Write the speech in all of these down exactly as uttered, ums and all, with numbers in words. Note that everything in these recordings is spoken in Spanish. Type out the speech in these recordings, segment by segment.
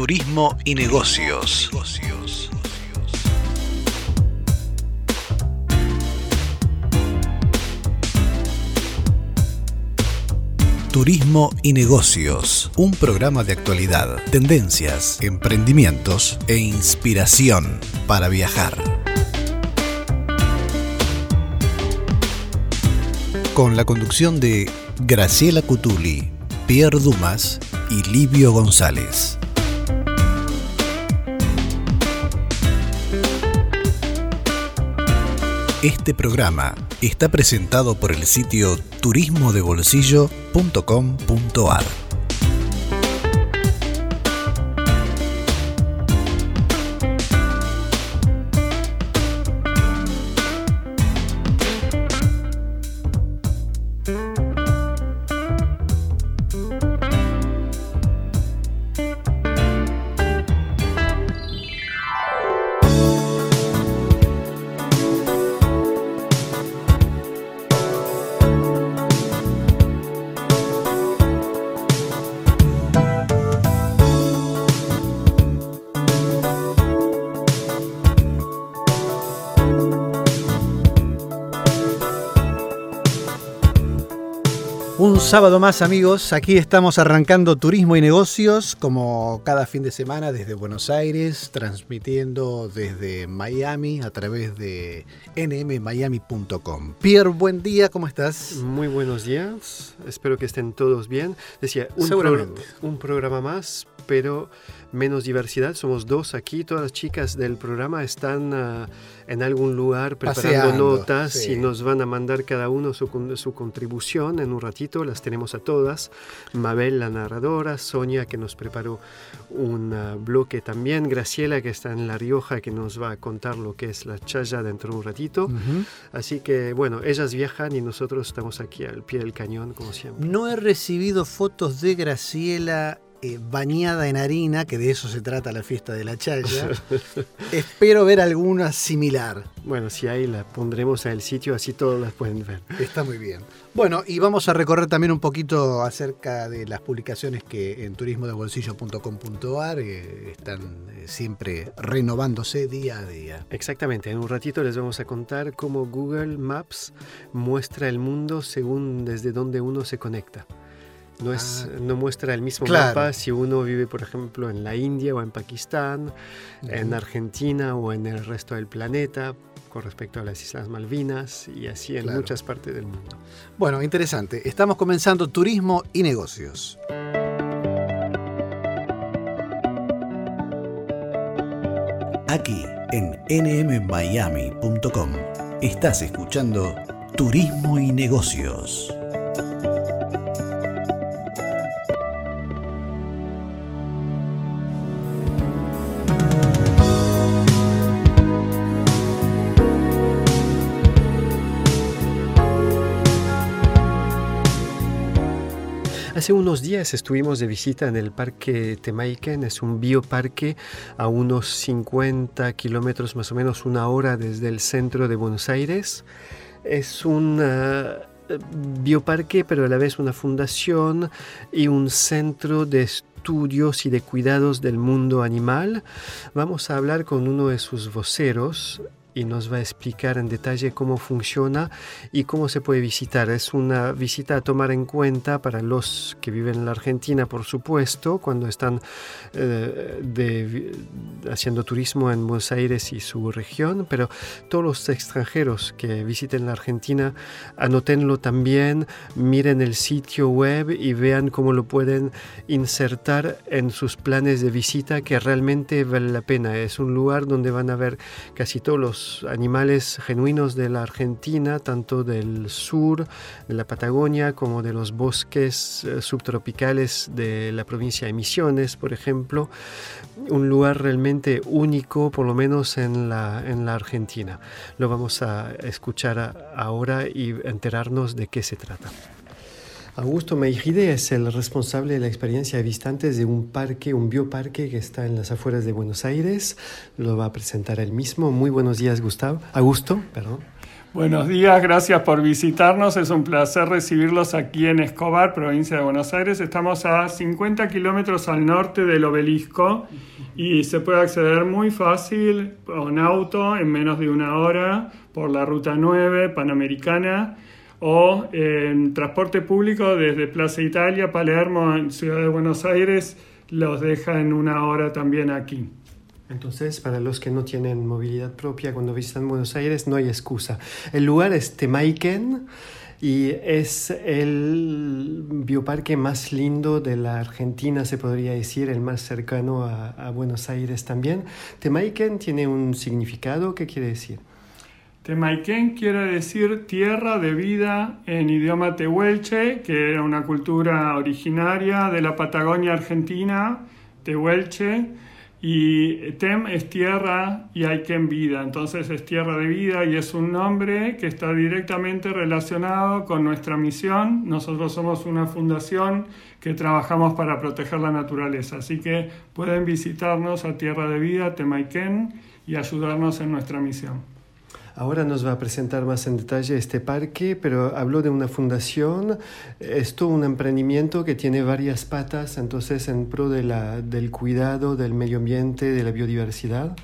Turismo y negocios. Turismo y negocios, un programa de actualidad, tendencias, emprendimientos e inspiración para viajar. Con la conducción de Graciela Cutuli, Pierre Dumas y Livio González. Este programa está presentado por el sitio turismo de bolsillo punto com punto a r. Un sábado más, amigos, aquí estamos arrancando Turismo y Negocios, como cada fin de semana desde Buenos Aires, transmitiendo desde Miami a través de ene eme miami punto com. Pierre, buen día, ¿cómo estás? Muy buenos días, espero que estén todos bien. Decía, un, Seguramente. pro, un programa más, pero menos diversidad. Somos dos aquí, todas las chicas del programa están uh, en algún lugar preparando Paseando, notas sí. y nos van a mandar cada uno su, su contribución en un ratito. Las tenemos a todas. Mabel, la narradora, Sonia, que nos preparó un uh, bloque también, Graciela, que está en La Rioja, que nos va a contar lo que es la chaya dentro de un ratito. Uh-huh. Así que, bueno, ellas viajan y nosotros estamos aquí al pie del cañón, como siempre. No he recibido fotos de Graciela eh, bañada en harina, que de eso se trata la fiesta de la chaya. Espero ver alguna similar. Bueno, si hay, la pondremos en el sitio, así todos las pueden ver. Está muy bien. Bueno, y vamos a recorrer también un poquito acerca de las publicaciones que en turismo de bolsillo punto com punto a r eh, están eh, siempre renovándose día a día. Exactamente, en un ratito les vamos a contar cómo Google Maps muestra el mundo según desde donde uno se conecta. No, es, ah, no muestra el mismo claro. mapa si uno vive, por ejemplo, en la India o en Pakistán, uh-huh. en Argentina o en el resto del planeta, con respecto a las Islas Malvinas y así en claro. muchas partes del mundo. Bueno, interesante. Estamos comenzando Turismo y Negocios. Aquí en ene eme miami punto com estás escuchando Turismo y Negocios. Hace unos días estuvimos de visita en el Parque Temaiken, es un bioparque a unos cincuenta kilómetros, más o menos una hora desde el centro de Buenos Aires. Es un uh, bioparque, pero a la vez una fundación y un centro de estudios y de cuidados del mundo animal. Vamos a hablar con uno de sus voceros y nos va a explicar en detalle cómo funciona y cómo se puede visitar. Es una visita a tomar en cuenta para los que viven en la Argentina, por supuesto, cuando están eh, de, haciendo turismo en Buenos Aires y su región, pero todos los extranjeros que visiten la Argentina, anótenlo también, miren el sitio web y vean cómo lo pueden insertar en sus planes de visita, que realmente vale la pena. Es un lugar donde van a ver casi todos los animales genuinos de la Argentina, tanto del sur, de la Patagonia, como de los bosques eh, subtropicales de la provincia de Misiones, por ejemplo. Un lugar realmente único, por lo menos en la, en la Argentina. Lo vamos a escuchar a, ahora y enterarnos de qué se trata. Augusto Meijide es el responsable de la experiencia de visitantes de un parque, un bioparque que está en las afueras de Buenos Aires. Lo va a presentar él mismo. Muy buenos días, Gustavo. Augusto, perdón. Buenos días, gracias por visitarnos. Es un placer recibirlos aquí en Escobar, provincia de Buenos Aires. Estamos a cincuenta kilómetros al norte del Obelisco y se puede acceder muy fácil en auto en menos de una hora por la Ruta nueve Panamericana o en transporte público desde Plaza Italia, Palermo, en Ciudad de Buenos Aires, los deja en una hora también aquí. Entonces, para los que no tienen movilidad propia cuando visitan Buenos Aires, no hay excusa. El lugar es Temaiken y es el bioparque más lindo de la Argentina, se podría decir, el más cercano a, a Buenos Aires también. Temaiken tiene un significado, ¿qué quiere decir? Temaiken quiere decir tierra de vida en idioma tehuelche, que era una cultura originaria de la Patagonia argentina, tehuelche. Y Tem es tierra y Aiken vida, entonces es tierra de vida y es un nombre que está directamente relacionado con nuestra misión. Nosotros somos una fundación que trabajamos para proteger la naturaleza, así que pueden visitarnos a Tierra de Vida, Temaiken, y ayudarnos en nuestra misión. Ahora nos va a presentar más en detalle este parque, pero habló de una fundación. Esto es un emprendimiento que tiene varias patas, entonces en pro de la, del cuidado del medio ambiente, de la biodiversidad.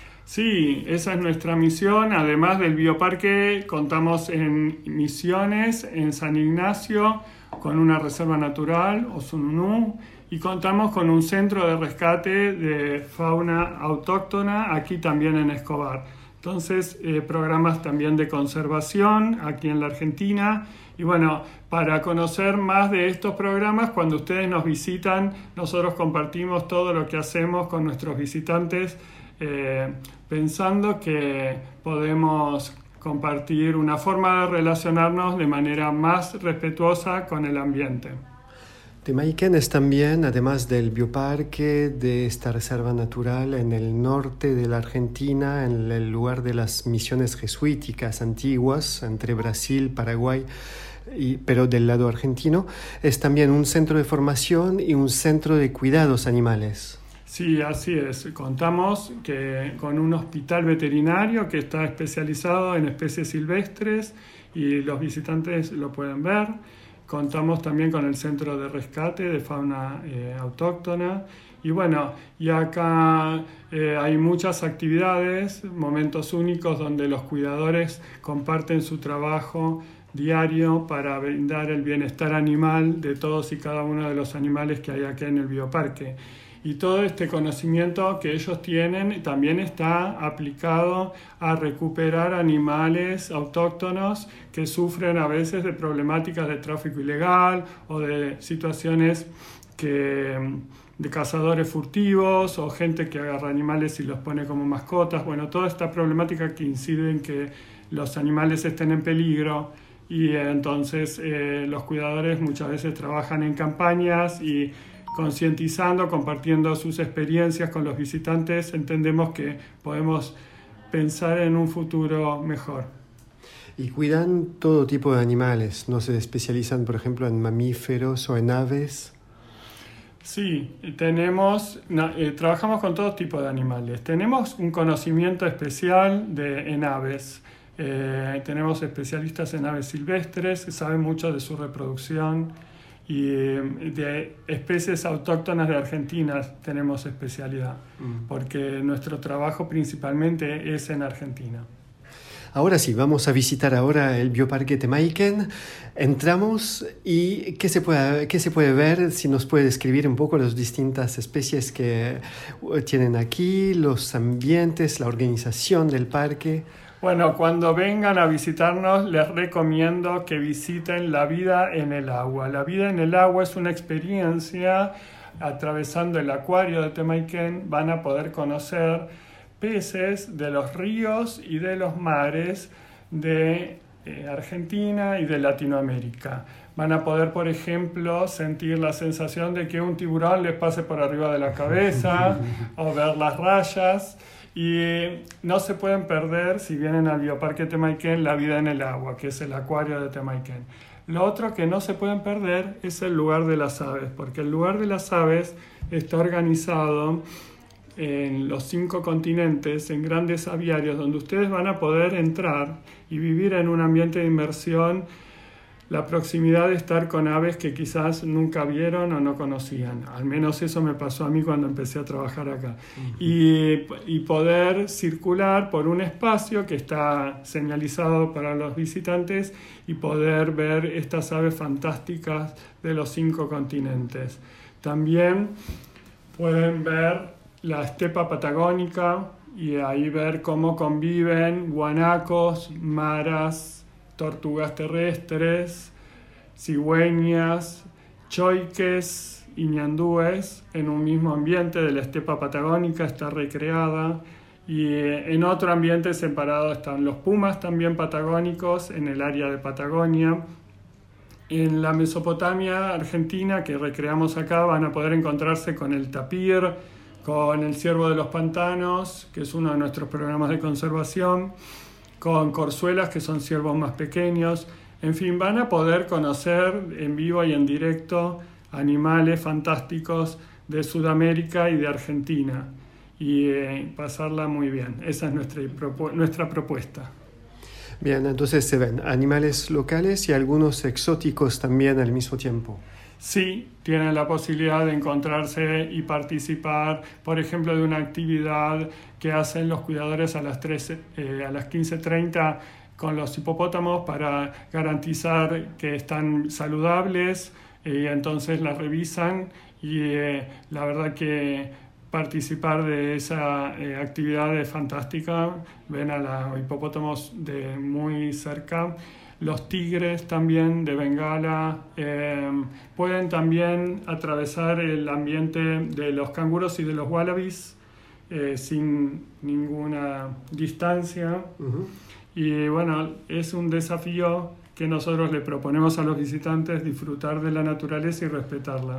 Sí, esa es nuestra misión. Además del bioparque, contamos en misiones en San Ignacio con una reserva natural, Osununú, y contamos con un centro de rescate de fauna autóctona aquí también en Escobar. Entonces, eh, programas también de conservación aquí en la Argentina. Y bueno, para conocer más de estos programas, cuando ustedes nos visitan, nosotros compartimos todo lo que hacemos con nuestros visitantes, eh, pensando que podemos compartir una forma de relacionarnos de manera más respetuosa con el ambiente. Temaiken es también, además del bioparque, de esta reserva natural en el norte de la Argentina, en el lugar de las misiones jesuíticas antiguas entre Brasil, Paraguay, y, pero del lado argentino, es también un centro de formación y un centro de cuidados animales. Sí, así es. Contamos que con un hospital veterinario que está especializado en especies silvestres y los visitantes lo pueden ver. Contamos también con el centro de rescate de fauna eh, autóctona y bueno, y acá eh, hay muchas actividades, momentos únicos donde los cuidadores comparten su trabajo diario para brindar el bienestar animal de todos y cada uno de los animales que hay aquí en el bioparque. Y todo este conocimiento que ellos tienen también está aplicado a recuperar animales autóctonos que sufren a veces de problemáticas de tráfico ilegal o de situaciones que, de cazadores furtivos o gente que agarra animales y los pone como mascotas. Bueno, toda esta problemática que incide en que los animales estén en peligro. Y eh, entonces eh, los cuidadores muchas veces trabajan en campañas y concientizando, compartiendo sus experiencias con los visitantes, entendemos que podemos pensar en un futuro mejor. Y cuidan todo tipo de animales, ¿no se especializan, por ejemplo, en mamíferos o en aves? Sí, tenemos, no, eh, trabajamos con todo tipo de animales. Tenemos un conocimiento especial de, en aves. Eh, tenemos especialistas en aves silvestres que saben mucho de su reproducción. Y de especies autóctonas de Argentina tenemos especialidad, mm. porque nuestro trabajo principalmente es en Argentina. Ahora sí, vamos a visitar ahora el bioparque Temaiken. Entramos y ¿qué se puede, qué se puede ver? Si nos puede describir un poco las distintas especies que tienen aquí, los ambientes, la organización del parque. Bueno, cuando vengan a visitarnos les recomiendo que visiten la vida en el agua. La vida en el agua es una experiencia. Atravesando el acuario de Temaiken van a poder conocer peces de los ríos y de los mares de eh, Argentina y de Latinoamérica. Van a poder, por ejemplo, sentir la sensación de que un tiburón les pase por arriba de la cabeza o ver las rayas. Y no se pueden perder, si vienen al Bioparque Temaiken, la vida en el agua, que es el acuario de Temaiken. Lo otro que no se pueden perder es el lugar de las aves, porque el lugar de las aves está organizado en los cinco continentes, en grandes aviarios, donde ustedes van a poder entrar y vivir en un ambiente de inmersión, la proximidad de estar con aves que quizás nunca vieron o no conocían. Al menos eso me pasó a mí cuando empecé a trabajar acá. Uh-huh. y, y poder circular por un espacio que está señalizado para los visitantes y poder ver estas aves fantásticas de los cinco continentes. También pueden ver la estepa patagónica y ahí ver cómo conviven guanacos, maras, tortugas terrestres, cigüeñas, choiques y ñandúes en un mismo ambiente de la estepa patagónica, está recreada, y en otro ambiente separado están los pumas también patagónicos en el área de Patagonia. En la Mesopotamia argentina que recreamos acá van a poder encontrarse con el tapir, con el ciervo de los pantanos, que es uno de nuestros programas de conservación, con corzuelas, que son ciervos más pequeños. En fin, van a poder conocer en vivo y en directo animales fantásticos de Sudamérica y de Argentina y eh, pasarla muy bien. Esa es nuestra, nuestra propuesta. Bien, entonces se ven animales locales y algunos exóticos también al mismo tiempo. Sí, tienen la posibilidad de encontrarse y participar, por ejemplo, de una actividad que hacen los cuidadores a las, trece, eh, a las quince treinta con los hipopótamos para garantizar que están saludables, y eh, entonces las revisan y eh, la verdad que participar de esa eh, actividad es fantástica. Ven a los hipopótamos de muy cerca. Los tigres también de Bengala eh, pueden también atravesar el ambiente de los canguros y de los wallabies eh, sin ninguna distancia. Uh-huh. Y bueno, es un desafío que nosotros le proponemos a los visitantes, disfrutar de la naturaleza y respetarla.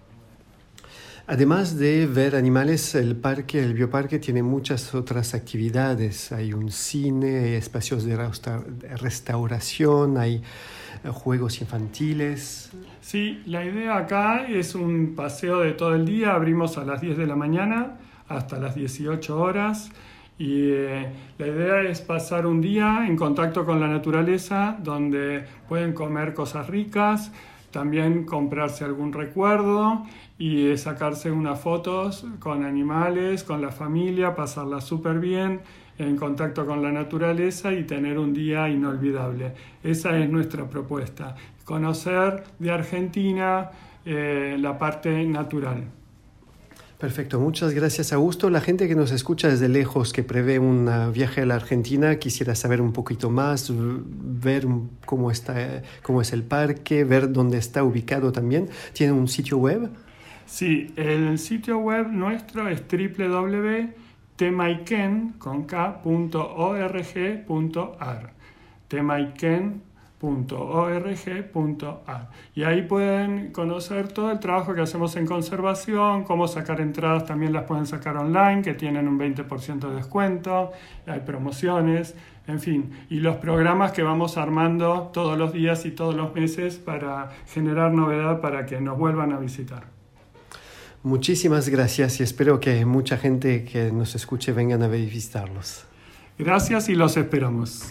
Además de ver animales, el parque, el bioparque tiene muchas otras actividades. Hay un cine, hay espacios de restauración, hay juegos infantiles. Sí, la idea acá es un paseo de todo el día. Abrimos a las diez de la mañana hasta las dieciocho horas. Y eh, la idea es pasar un día en contacto con la naturaleza, donde pueden comer cosas ricas, también comprarse algún recuerdo y eh, sacarse unas fotos con animales, con la familia, pasarla súper bien en contacto con la naturaleza y tener un día inolvidable. Esa es nuestra propuesta, conocer de Argentina eh, la parte natural. Perfecto, muchas gracias, Augusto. La gente que nos escucha desde lejos, que prevé un viaje a la Argentina, quisiera saber un poquito más, ver cómo está, cómo es el parque, ver dónde está ubicado también. ¿Tiene un sitio web? Sí, el sitio web nuestro es doble u doble u doble u punto temaiken punto org punto ar temaiken punto org punto ar y ahí pueden conocer todo el trabajo que hacemos en conservación, cómo sacar entradas, también las pueden sacar online, que tienen un veinte por ciento de descuento, hay promociones, en fin, y los programas que vamos armando todos los días y todos los meses para generar novedad para que nos vuelvan a visitar. Muchísimas gracias y espero que mucha gente que nos escuche vengan a visitarlos. Gracias y los esperamos.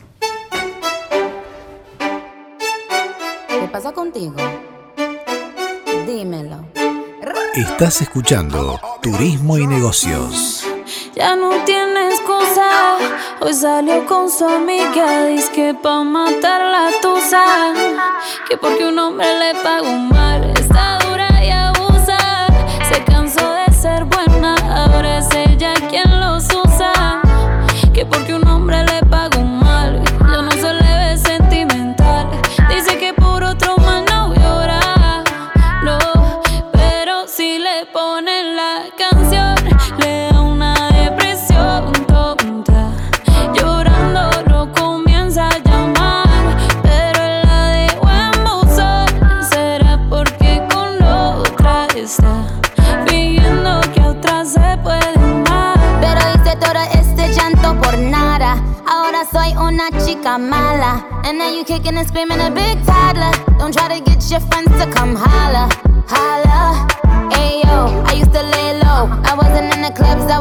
¿Qué pasa contigo? Dímelo. Estás escuchando Turismo y Negocios. Ya no tiene excusa. Hoy salió con su amiga, dice que pa' matar la tusa, que porque un hombre le pagó mal, está dura y abusa. Se cansó de ser buena, ahora es ella quien los usa, que porque un hombre le pagó mal, ya no se le ve sentimental. Dice que por otro mal no llora, no, pero si le ponen la canción, le da una depresión tonta. Llorando lo comienza a llamar, pero él la dejó en buzón. Será porque con otra está fingiendo que a otra se puede amar. Pero hice todo este llanto por nada. Ahora soy una chica mala. And now you kicking and screaming a big toddler. Don't try to get your friends to come holla, holla. Ayo, I used to lay low. I wasn't in the clubs, I was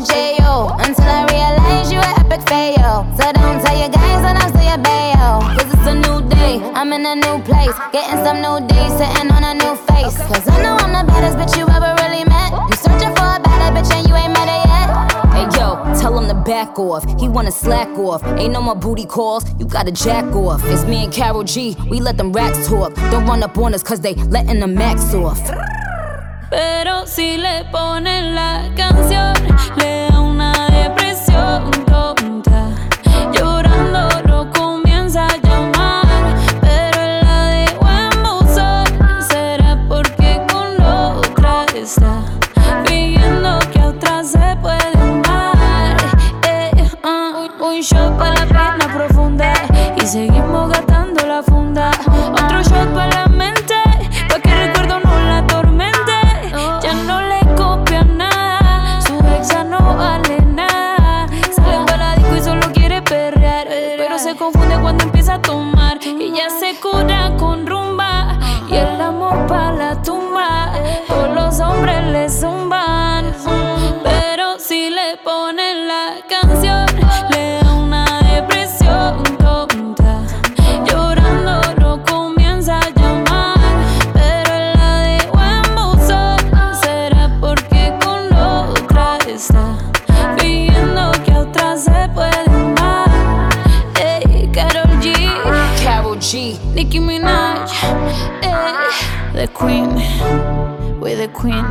J O until I realize you an epic fail. So don't tell your guys that I'm still your bayo. Cause it's a new day, I'm in a new place, getting some new days, sitting on a new face. Cause I know I'm the baddest bitch you ever really met. You searching for a better bitch and you ain't met her yet. Hey yo, tell him to back off, he wanna slack off. Ain't no more booty calls, you gotta jack off. It's me and Karol G, we let them racks talk. Don't run up on us cause they letting the max off. Pero si le ponen la canción, le da una depresión tonta. Llorando lo comienza a llamar, pero él la dejó en buzón. Será porque con otra está fingiendo que a otra se puede amar. Eh, uh, un shot para la pena profunda y seguimos gastando la funda. Otro shot para la mente, pa' que el recuerdo no la atormente. Ya no le copia nada, su ex ya no vale nada. Sale en baladico y solo quiere perrear, pero se confunde cuando empieza a tomar. Y ya se cura con rumba y el amor pa' la tumba. Todos los hombres le zumban, pero si le ponen la canción, le da una depresión tonta. Llorando lo comienza a llamar, pero él la dejó en buzón. Será porque con otra está fingiendo que a otra se puede amar. Ey, Karol G, Karol G, Nicki Minaj, ey, the queen, we're the queen.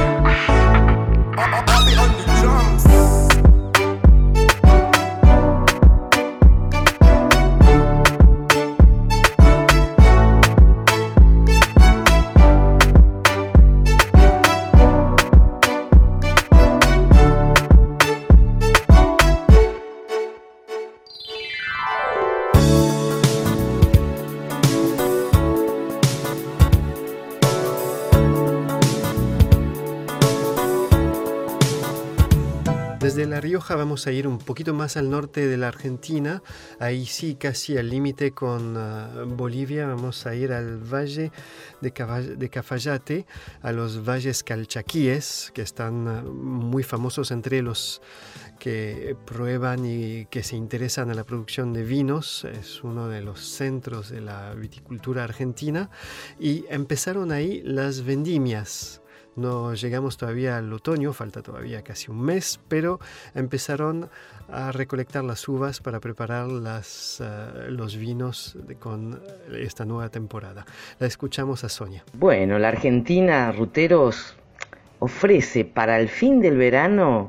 Desde La Rioja vamos a ir un poquito más al norte de la Argentina, ahí sí casi al límite con uh, Bolivia. Vamos a ir al valle de, Cava- de Cafayate, a los valles calchaquíes, que están uh, muy famosos entre los que prueban y que se interesan a la producción de vinos. Es uno de los centros de la viticultura argentina y empezaron ahí las vendimias. No llegamos todavía al otoño, falta todavía casi un mes, pero empezaron a recolectar las uvas para preparar las, uh, los vinos de, con esta nueva temporada. La escuchamos a Sonia. Bueno, la Argentina, ruteros, ofrece para el fin del verano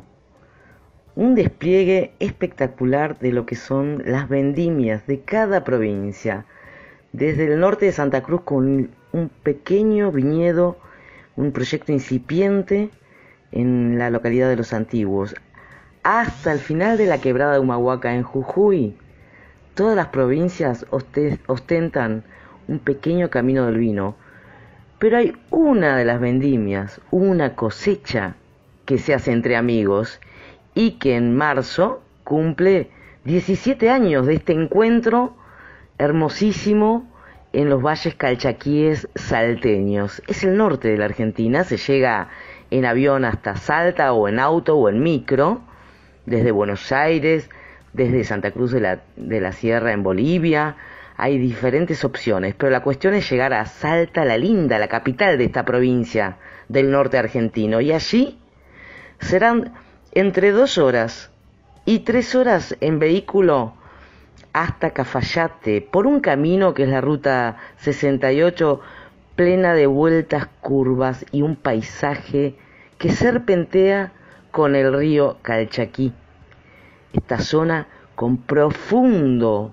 un despliegue espectacular de lo que son las vendimias de cada provincia. Desde el norte de Santa Cruz con un pequeño viñedo, un proyecto incipiente en la localidad de Los Antiguos, hasta el final de la quebrada de Humahuaca en Jujuy. Todas las provincias ostentan un pequeño camino del vino, pero hay una de las vendimias, una cosecha que se hace entre amigos y que en marzo cumple diecisiete años de este encuentro hermosísimo en los valles calchaquíes salteños. Es el norte de la Argentina, se llega en avión hasta Salta o en auto o en micro, desde Buenos Aires, desde Santa Cruz de la, de la Sierra en Bolivia. Hay diferentes opciones, pero la cuestión es llegar a Salta la Linda, la capital de esta provincia del norte argentino, y allí serán entre dos horas y tres horas en vehículo hasta Cafayate, por un camino que es la ruta sesenta y ocho, plena de vueltas, curvas y un paisaje que serpentea con el río Calchaquí. Esta zona con profundo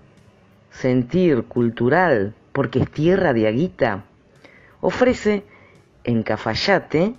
sentir cultural, porque es tierra de agüita, ofrece en Cafayate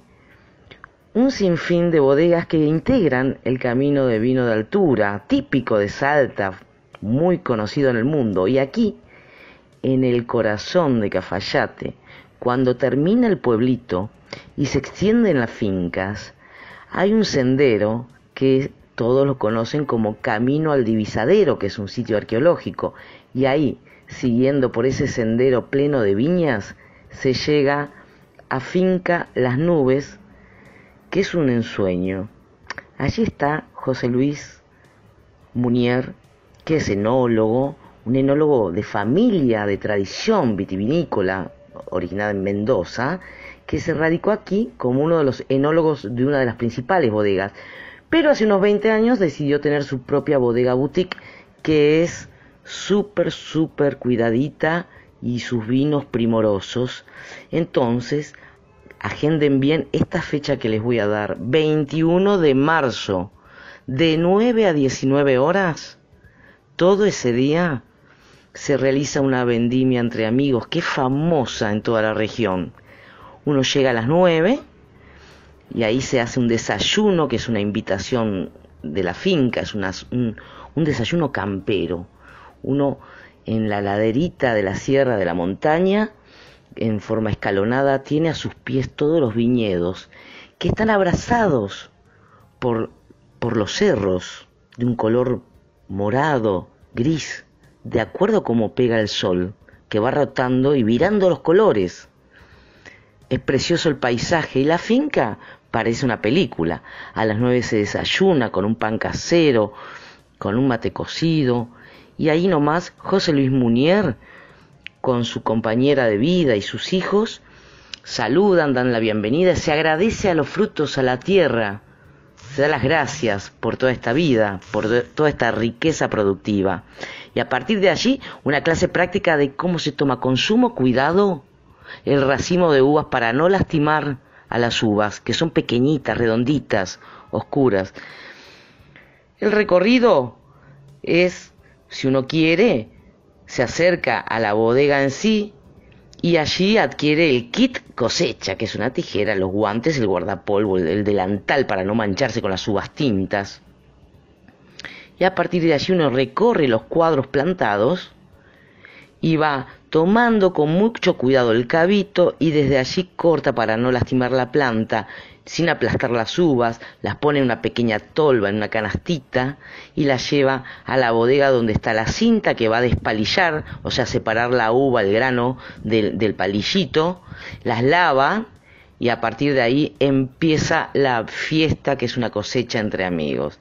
un sinfín de bodegas que integran el camino de vino de altura, típico de Salta, muy conocido en el mundo. Y aquí, en el corazón de Cafayate, cuando termina el pueblito y se extienden las fincas, hay un sendero que todos lo conocen como Camino al Divisadero, que es un sitio arqueológico, y ahí, siguiendo por ese sendero pleno de viñas, se llega a Finca Las Nubes, que es un ensueño. Allí está José Luis Munier, que es enólogo, un enólogo de familia, de tradición vitivinícola, originada en Mendoza, que se radicó aquí como uno de los enólogos de una de las principales bodegas. Pero hace unos veinte años decidió tener su propia bodega boutique, que es súper, súper cuidadita y sus vinos primorosos. Entonces, agenden bien esta fecha que les voy a dar, veintiuno de marzo, de nueve a diecinueve horas, todo ese día se realiza una vendimia entre amigos que es famosa en toda la región. Uno llega a las nueve y ahí se hace un desayuno, que es una invitación de la finca, es una, un, un desayuno campero. Uno en la laderita de la sierra de la montaña, en forma escalonada, tiene a sus pies todos los viñedos, que están abrazados por, por los cerros, de un color morado, gris, de acuerdo a cómo pega el sol, que va rotando y virando los colores. Es precioso el paisaje y la finca parece una película. A las nueve se desayuna con un pan casero, con un mate cocido, y ahí nomás José Luis Munier, con su compañera de vida y sus hijos, saludan, dan la bienvenida, se agradece a los frutos, a la tierra, se da las gracias por toda esta vida, por toda esta riqueza productiva. Y a partir de allí, una clase práctica de cómo se toma con sumo cuidado el racimo de uvas para no lastimar a las uvas, que son pequeñitas, redonditas, oscuras. El recorrido es, si uno quiere, se acerca a la bodega en sí y allí adquiere el kit cosecha, que es una tijera, los guantes, el guardapolvo, el delantal para no mancharse con las uvas tintas. Y a partir de allí uno recorre los cuadros plantados y va tomando con mucho cuidado el cabito y desde allí corta para no lastimar la planta, sin aplastar las uvas, las pone en una pequeña tolva, en una canastita, y las lleva a la bodega donde está la cinta que va a despalillar, o sea, separar la uva, el grano del, del palillito, las lava, y a partir de ahí empieza la fiesta, que es una cosecha entre amigos.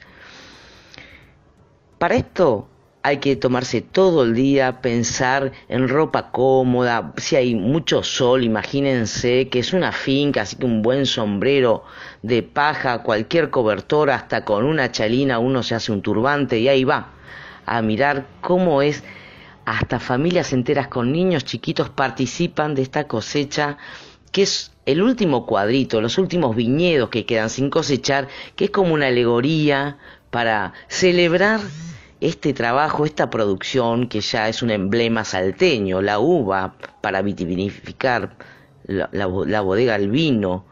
Para esto hay que tomarse todo el día, pensar en ropa cómoda, si hay mucho sol, imagínense que es una finca, así que un buen sombrero de paja, cualquier cobertor, hasta con una chalina uno se hace un turbante y ahí va a mirar cómo es, hasta familias enteras con niños chiquitos participan de esta cosecha, que es el último cuadrito, los últimos viñedos que quedan sin cosechar, que es como una alegoría para celebrar este trabajo, esta producción que ya es un emblema salteño, la uva para vitivinificar, la, la, la bodega, el vino.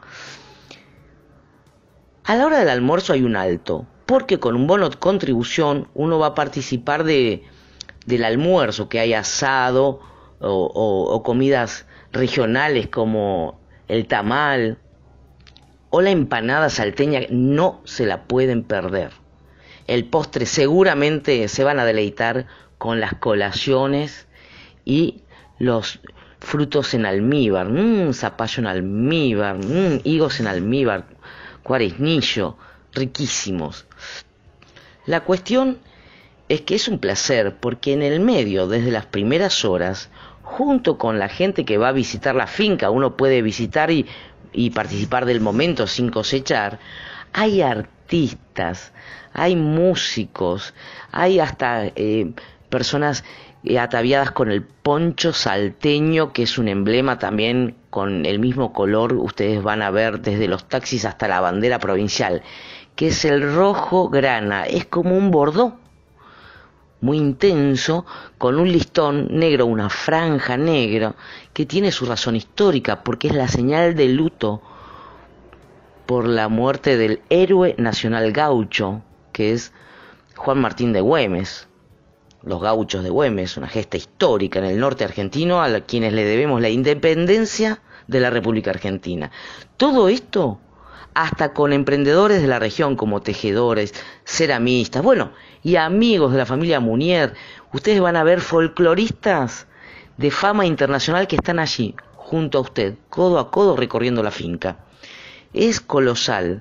A la hora del almuerzo hay un alto, porque con un bono de contribución uno va a participar de, del almuerzo, que hay asado o, o, o comidas regionales como el tamal o la empanada salteña, no se la pueden perder. El postre seguramente se van a deleitar con las colaciones y los frutos en almíbar, mmm, zapallo en almíbar, mmm, higos en almíbar, cuaresnillo, riquísimos. La cuestión es que es un placer porque en el medio, desde las primeras horas, junto con la gente que va a visitar la finca, uno puede visitar y, y participar del momento sin cosechar, hay artistas, hay músicos, hay hasta eh, personas eh, ataviadas con el poncho salteño, que es un emblema también con el mismo color, ustedes van a ver desde los taxis hasta la bandera provincial, que es el rojo grana, es como un bordó muy intenso, con un listón negro, una franja negra, que tiene su razón histórica, porque es la señal de luto por la muerte del héroe nacional gaucho, que es Juan Martín de Güemes, los gauchos de Güemes, una gesta histórica en el norte argentino a quienes le debemos la independencia de la República Argentina. Todo esto hasta con emprendedores de la región como tejedores, ceramistas, bueno, y amigos de la familia Munier. Ustedes van a ver folcloristas de fama internacional que están allí, junto a usted, codo a codo recorriendo la finca. Es colosal.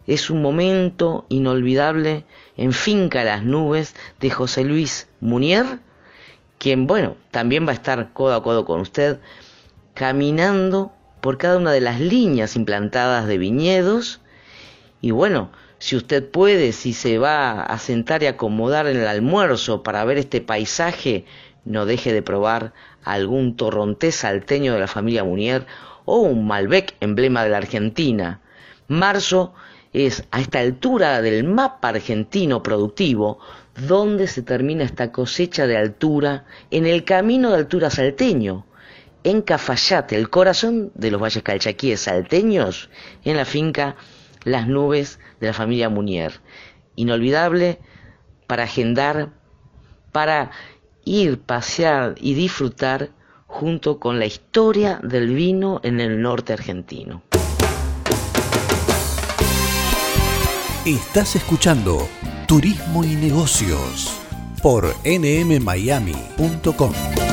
es un momento inolvidable en Finca Las Nubes de José Luis Munier, quien, bueno, también va a estar codo a codo con usted, caminando por cada una de las líneas implantadas de viñedos. Y bueno, si usted puede, si se va a sentar y acomodar en el almuerzo para ver este paisaje, no deje de probar algún torrontés salteño de la familia Munier o un Malbec, emblema de la Argentina. Marzo es, a esta altura del mapa argentino productivo, donde se termina esta cosecha de altura en el camino de altura salteño, en Cafayate, el corazón de los valles calchaquíes salteños, en la finca Las Nubes de la familia Munier. Inolvidable para agendar, para ir, pasear y disfrutar junto con la historia del vino en el norte argentino. Estás escuchando Turismo y Negocios por ene eme miami punto com.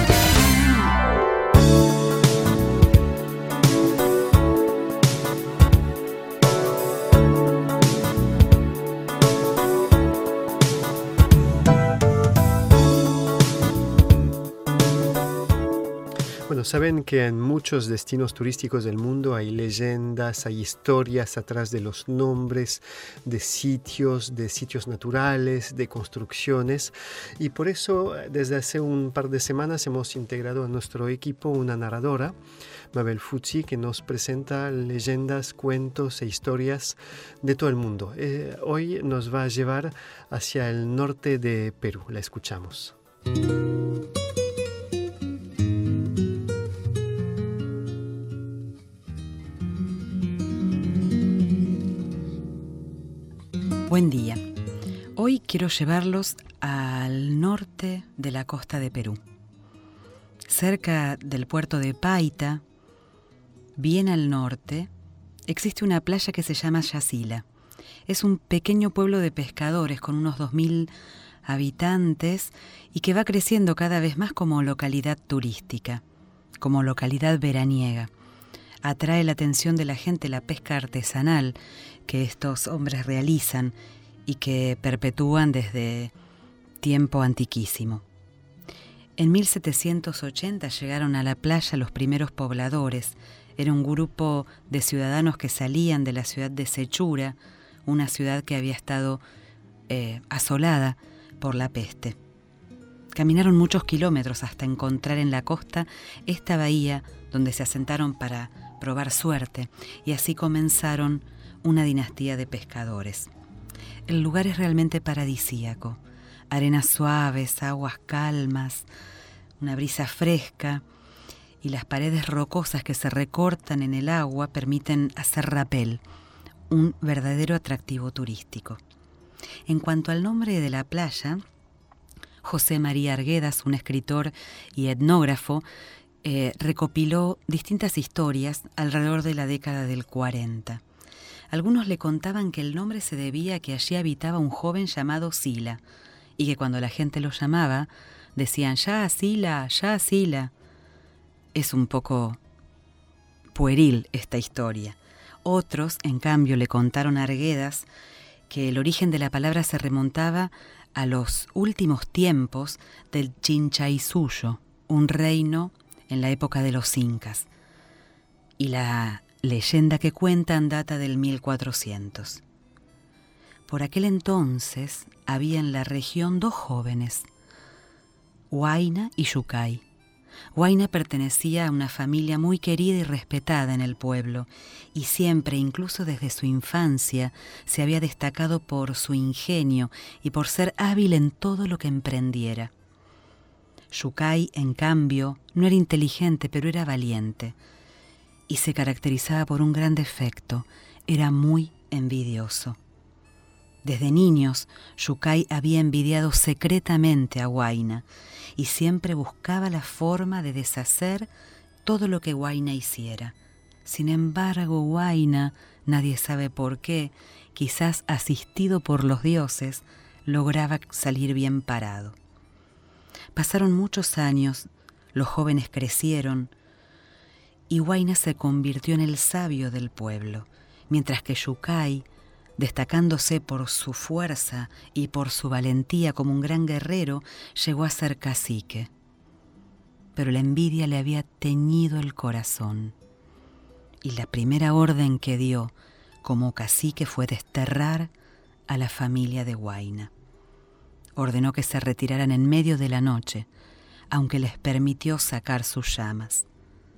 Bueno, saben que en muchos destinos turísticos del mundo hay leyendas, hay historias atrás de los nombres de sitios, de sitios naturales, de construcciones, y por eso desde hace un par de semanas hemos integrado a nuestro equipo una narradora, Mabel Fuzzi, que nos presenta leyendas, cuentos e historias de todo el mundo. Eh, hoy nos va a llevar hacia el norte de Perú. La escuchamos. Buen día. Hoy quiero llevarlos al norte de la costa de Perú. Cerca del puerto de Paita, bien al norte, existe una playa que se llama Yacila. Es un pequeño pueblo de pescadores con unos dos mil habitantes y que va creciendo cada vez más como localidad turística, como localidad veraniega. Atrae la atención de la gente la pesca artesanal que estos hombres realizan y que perpetúan desde tiempo antiquísimo. En mil setecientos ochenta llegaron a la playa los primeros pobladores. Era un grupo de ciudadanos que salían de la ciudad de Sechura, una ciudad que había estado eh, asolada por la peste. Caminaron muchos kilómetros hasta encontrar en la costa esta bahía donde se asentaron para probar suerte, y así comenzaron una dinastía de pescadores. El lugar es realmente paradisíaco. Arenas suaves, aguas calmas, una brisa fresca, y las paredes rocosas que se recortan en el agua permiten hacer rapel, un verdadero atractivo turístico. En cuanto al nombre de la playa, José María Arguedas, un escritor y etnógrafo, eh, recopiló distintas historias alrededor de la década del cuarenta. Algunos le contaban que el nombre se debía a que allí habitaba un joven llamado Sila, y que cuando la gente lo llamaba, decían, ya Sila, ya Sila. Es un poco pueril esta historia. Otros, en cambio, le contaron a Arguedas que el origen de la palabra se remontaba a los últimos tiempos del Chinchaysuyo, un reino en la época de los incas. Y la leyenda que cuentan data del mil cuatrocientos. Por aquel entonces había en la región dos jóvenes, Huayna y Yucay. Huayna pertenecía a una familia muy querida y respetada en el pueblo, y siempre, incluso desde su infancia, se había destacado por su ingenio y por ser hábil en todo lo que emprendiera. Yucay, en cambio, no era inteligente, pero era valiente, y se caracterizaba por un gran defecto: era muy envidioso. Desde niños, Yucay había envidiado secretamente a Huayna y siempre buscaba la forma de deshacer todo lo que Huayna hiciera. Sin embargo, Huayna, nadie sabe por qué, quizás asistido por los dioses, lograba salir bien parado. Pasaron muchos años, los jóvenes crecieron y Huayna se convirtió en el sabio del pueblo, mientras que Yucay destacándose por su fuerza y por su valentía como un gran guerrero, llegó a ser cacique. Pero la envidia le había teñido el corazón, y la primera orden que dio como cacique fue desterrar a la familia de Huayna. Ordenó que se retiraran en medio de la noche, aunque les permitió sacar sus llamas.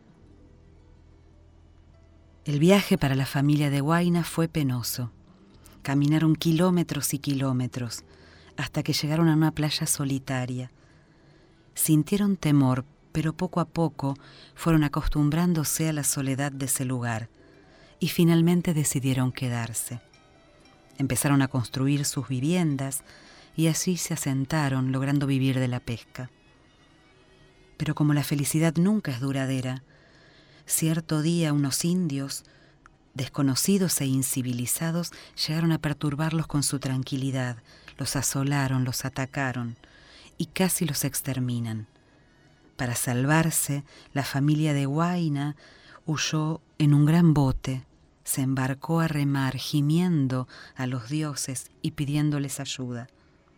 El viaje para la familia de Huayna fue penoso. Caminaron kilómetros y kilómetros hasta que llegaron a una playa solitaria. Sintieron temor, pero poco a poco fueron acostumbrándose a la soledad de ese lugar y finalmente decidieron quedarse. Empezaron a construir sus viviendas y así se asentaron, logrando vivir de la pesca. Pero como la felicidad nunca es duradera, cierto día unos indios, desconocidos e incivilizados, llegaron a perturbarlos con su tranquilidad, los asolaron, los atacaron y casi los exterminan. Para salvarse, la familia de Huayna huyó en un gran bote, se embarcó a remar, gimiendo a los dioses y pidiéndoles ayuda.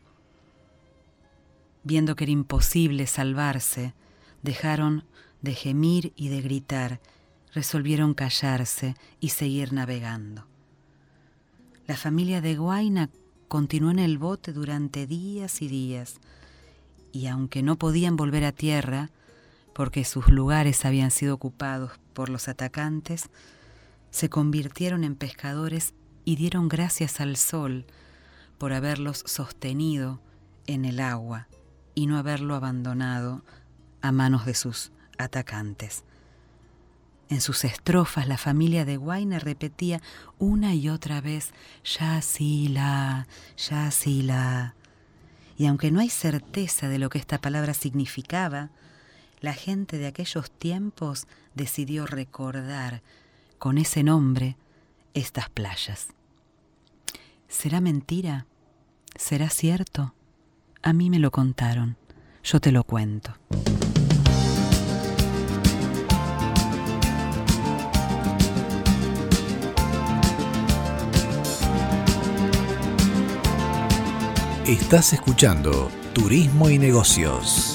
Viendo que era imposible salvarse, dejaron de gemir y de gritar, resolvieron callarse y seguir navegando. La familia de Huayna continuó en el bote durante días y días, y aunque no podían volver a tierra, porque sus lugares habían sido ocupados por los atacantes, se convirtieron en pescadores y dieron gracias al sol por haberlos sostenido en el agua y no haberlo abandonado a manos de sus atacantes. En sus estrofas la familia de Huayna repetía una y otra vez Yasila, Yasila. Y aunque no hay certeza de lo que esta palabra significaba, la gente de aquellos tiempos decidió recordar con ese nombre estas playas. ¿Será mentira? ¿Será cierto? A mí me lo contaron, yo te lo cuento. Estás escuchando Turismo y Negocios.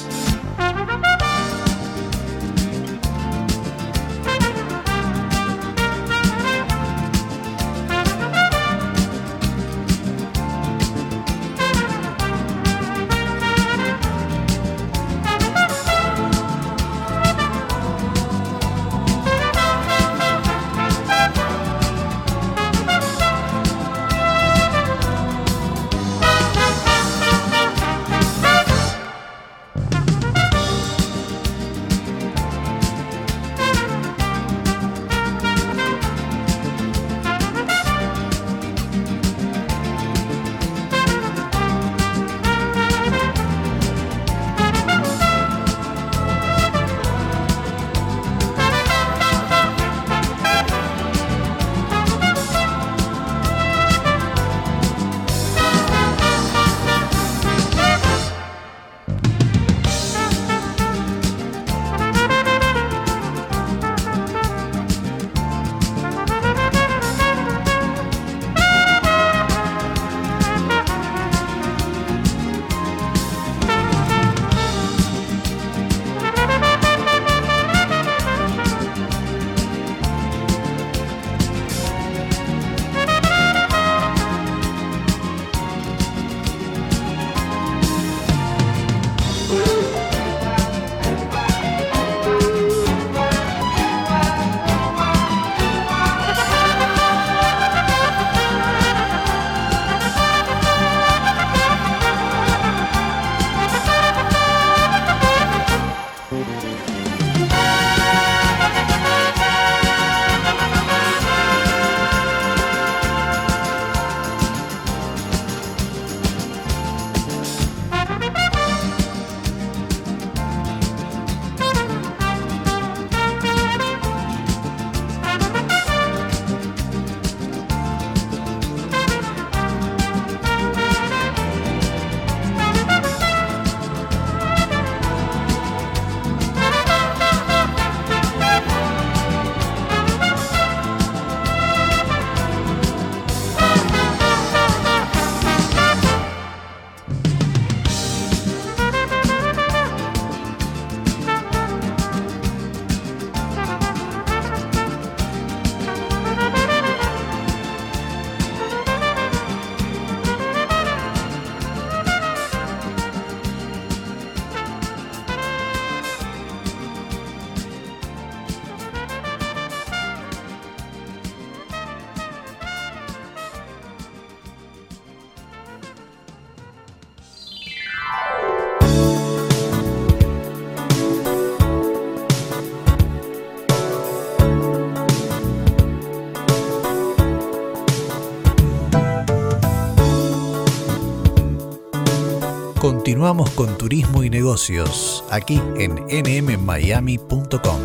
Continuamos con Turismo y Negocios, aquí en ene eme miami punto com.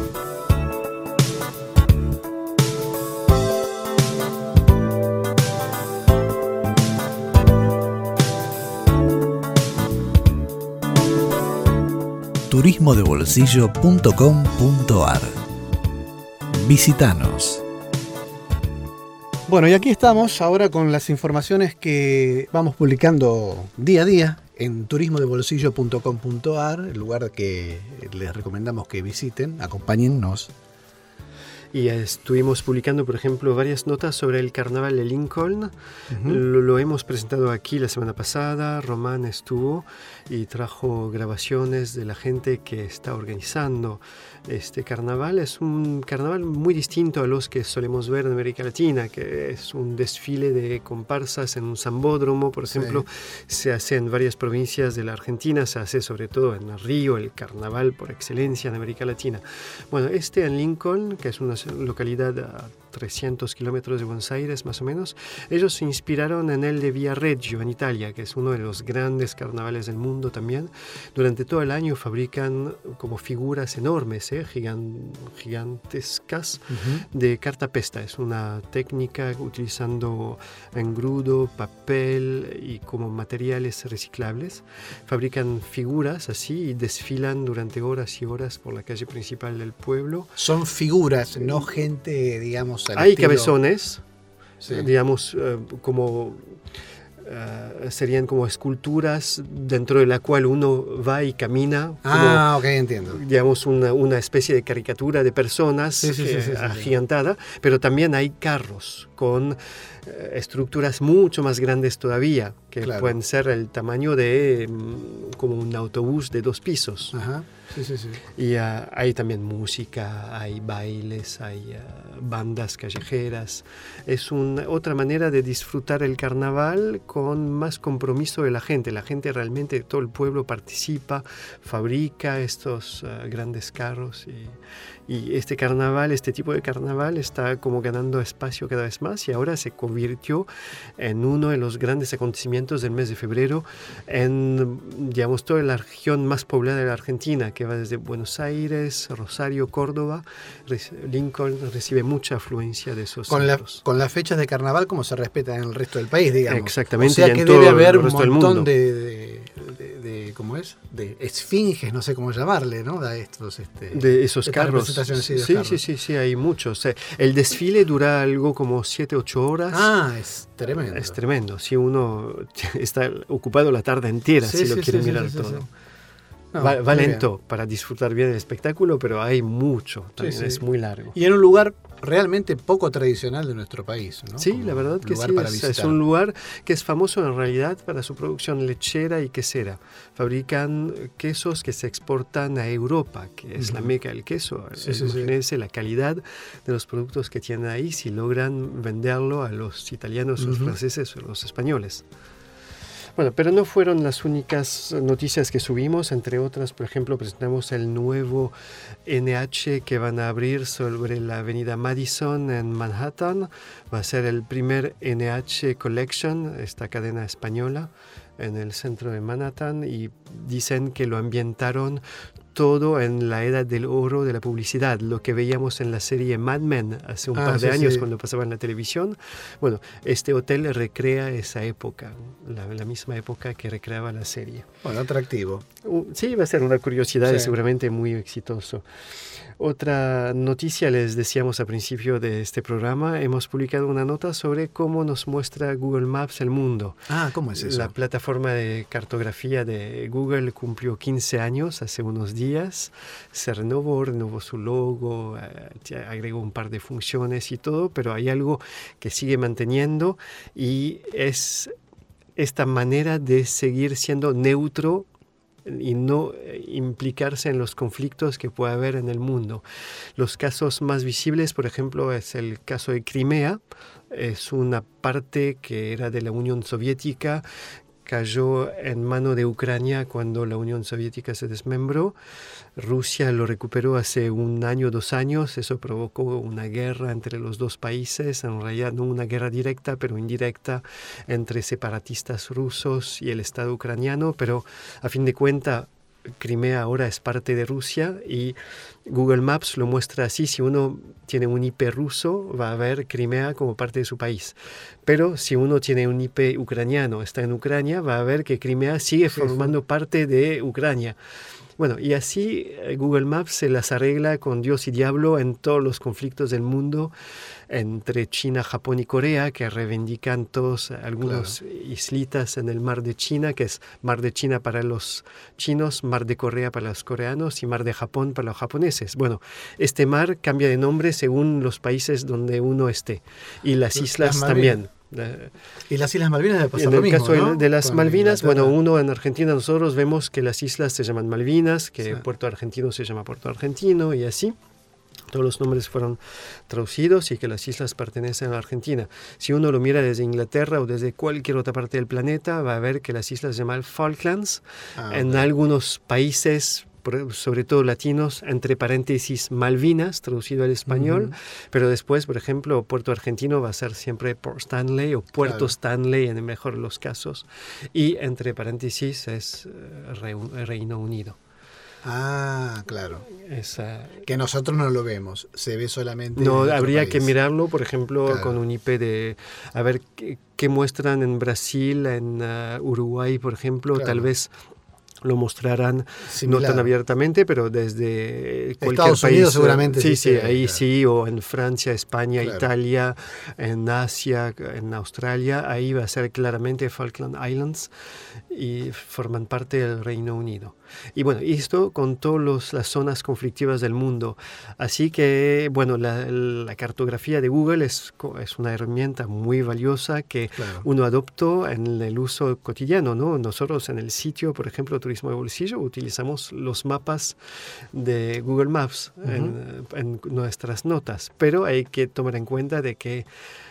turismo de bolsillo punto com punto a r. Visítanos. Bueno, y aquí estamos ahora con las informaciones que vamos publicando día a día en turismo de bolsillo punto com punto a r, el lugar que les recomendamos que visiten, acompáñennos. Y estuvimos publicando, por ejemplo, varias notas sobre el carnaval de Lincoln. Uh-huh. Lo, lo hemos presentado aquí la semana pasada. Román estuvo y trajo grabaciones de la gente que está organizando este carnaval. Es un carnaval muy distinto a los que solemos ver en América Latina, que es un desfile de comparsas en un sambódromo, por ejemplo. Sí. Se hace en varias provincias de la Argentina, se hace sobre todo en Río, el carnaval por excelencia en América Latina. Bueno, este en Lincoln, que es una localidad a trescientos kilómetros de Buenos Aires más o menos, ellos se inspiraron en el de Viareggio en Italia, que es uno de los grandes carnavales del mundo también. Durante todo el año fabrican como figuras enormes, ¿eh? Gigan, gigantescas, uh-huh. de cartapesta. Es una técnica utilizando engrudo, papel y como materiales reciclables. Fabrican figuras así y desfilan durante horas y horas por la calle principal del pueblo. Son figuras, no gente, digamos, al hay estilo... cabezones, sí. digamos, uh, como uh, serían como esculturas dentro de la cual uno va y camina. Ah, como, ok, entiendo. Digamos, una, una especie de caricatura de personas sí, sí, que, sí, sí, sí, agigantada, sí. Pero también hay carros con uh, estructuras mucho más grandes todavía, que claro. pueden ser el tamaño de um, como un autobús de dos pisos. Ajá. Sí, sí, sí. Y uh, hay también música, hay bailes, hay uh, bandas callejeras. Es una, otra manera de disfrutar el carnaval con más compromiso de la gente. La gente realmente, todo el pueblo participa, fabrica estos uh, grandes carros. Y, y este carnaval, este tipo de carnaval está como ganando espacio cada vez más y ahora se convirtió en uno de los grandes acontecimientos del mes de febrero en, digamos, toda la región más poblada de la Argentina, que va desde Buenos Aires, Rosario, Córdoba. Lincoln recibe mucha afluencia de esos con, la, centros. con las fechas de carnaval como se respetan en el resto del país, digamos. Exactamente. O sea y en que todo debe haber el un resto del montón mundo. de, de, de, de, ¿cómo es? De esfinges, no sé cómo llamarle, ¿no? De estos, este, de esos de carros. Sí, sí, de sí, carros. sí, sí, sí, hay muchos. El desfile dura algo como siete, ocho horas. Ah, es tremendo. Es tremendo. Si uno está ocupado la tarde entera, sí, si sí, lo quiere sí, mirar sí, todo. Sí, sí. No, va va lento bien. Para disfrutar bien el espectáculo, pero hay mucho, también sí, sí. es muy largo. Y en un lugar realmente poco tradicional de nuestro país, ¿no? Sí, como la verdad que sí, es, es un lugar que es famoso en realidad para su producción lechera y quesera. Fabrican quesos que se exportan a Europa, que es uh-huh. la meca del queso. Sí, sí, Imagínense sí. la calidad de los productos que tienen ahí si logran venderlo a los italianos, uh-huh. los franceses o los españoles. Bueno, pero no fueron las únicas noticias que subimos. Entre otras, por ejemplo, presentamos el nuevo N H que van a abrir sobre la avenida Madison en Manhattan. Va a ser el primer N H Collection, esta cadena española, en el centro de Manhattan. Y dicen que lo ambientaron todo en la edad del oro de la publicidad, lo que veíamos en la serie Mad Men hace un ah, par de sí, años sí. cuando pasaba en la televisión. Bueno, este hotel recrea esa época, la, la misma época que recreaba la serie. Bueno, atractivo. Uh, sí, va a ser una curiosidad sí. y seguramente muy exitoso. Otra noticia, les decíamos al principio de este programa, hemos publicado una nota sobre cómo nos muestra Google Maps el mundo. Ah, ¿cómo es eso? La plataforma de cartografía de Google cumplió quince años hace unos días, se renovó, renovó su logo, eh, agregó un par de funciones y todo, pero hay algo que sigue manteniendo y es esta manera de seguir siendo neutro y no implicarse en los conflictos que puede haber en el mundo. Los casos más visibles, por ejemplo, es el caso de Crimea. Es una parte que era de la Unión Soviética cayó en mano de Ucrania cuando la Unión Soviética se desmembró. Rusia lo recuperó hace un año, dos años. Eso provocó una guerra entre los dos países, en realidad no una guerra directa, pero indirecta, entre separatistas rusos y el Estado ucraniano. Pero a fin de cuentas, Crimea ahora es parte de Rusia y Google Maps lo muestra así. Si uno tiene un I P ruso, va a ver Crimea como parte de su país. Pero si uno tiene un I P ucraniano, está en Ucrania, va a ver que Crimea sigue sí, formando sí. parte de Ucrania. Bueno, y así Google Maps se las arregla con Dios y diablo en todos los conflictos del mundo entre China, Japón y Corea, que reivindican todos algunos claro. islitas en el mar de China, que es mar de China para los chinos, mar de Corea para los coreanos y mar de Japón para los japoneses. Bueno, este mar cambia de nombre según los países donde uno esté. Y las islas las también. Y las Islas Malvinas debe pasar en el lo mismo, caso ¿no? de las Con Malvinas, Inglaterra. bueno, uno en Argentina nosotros vemos que las islas se llaman Malvinas, que sí. Puerto Argentino se llama Puerto Argentino y así. Todos los nombres fueron traducidos y que las islas pertenecen a Argentina. Si uno lo mira desde Inglaterra o desde cualquier otra parte del planeta, va a ver que las islas se llaman Falklands. Ah, en okay. algunos países, sobre todo latinos, entre paréntesis Malvinas, traducido al español, uh-huh. pero después, por ejemplo, Puerto Argentino va a ser siempre Port Stanley o Puerto claro. Stanley en el mejor de los casos, y entre paréntesis es uh, Reino Unido. Ah, claro. Esa... Que nosotros no lo vemos, se ve solamente No, en habría país. que mirarlo, por ejemplo, claro. con un I P de... A ver qué, qué muestran en Brasil, en uh, Uruguay, por ejemplo, claro. tal vez... lo mostrarán similar. No tan abiertamente, pero desde cualquier Estados país. Unidos seguramente. Sí, sí, sí ahí claro. sí, o en Francia, España, claro. Italia, en Asia, en Australia, ahí va a ser claramente Falkland Islands y forman parte del Reino Unido. Y bueno, esto con todas las zonas conflictivas del mundo. Así que, bueno, la, la cartografía de Google es, es una herramienta muy valiosa que claro. uno adoptó en el uso cotidiano, ¿no? Nosotros en el sitio, por ejemplo, Turismo de Bolsillo, utilizamos los mapas de Google Maps uh-huh. en, en nuestras notas, pero hay que tomar en cuenta de que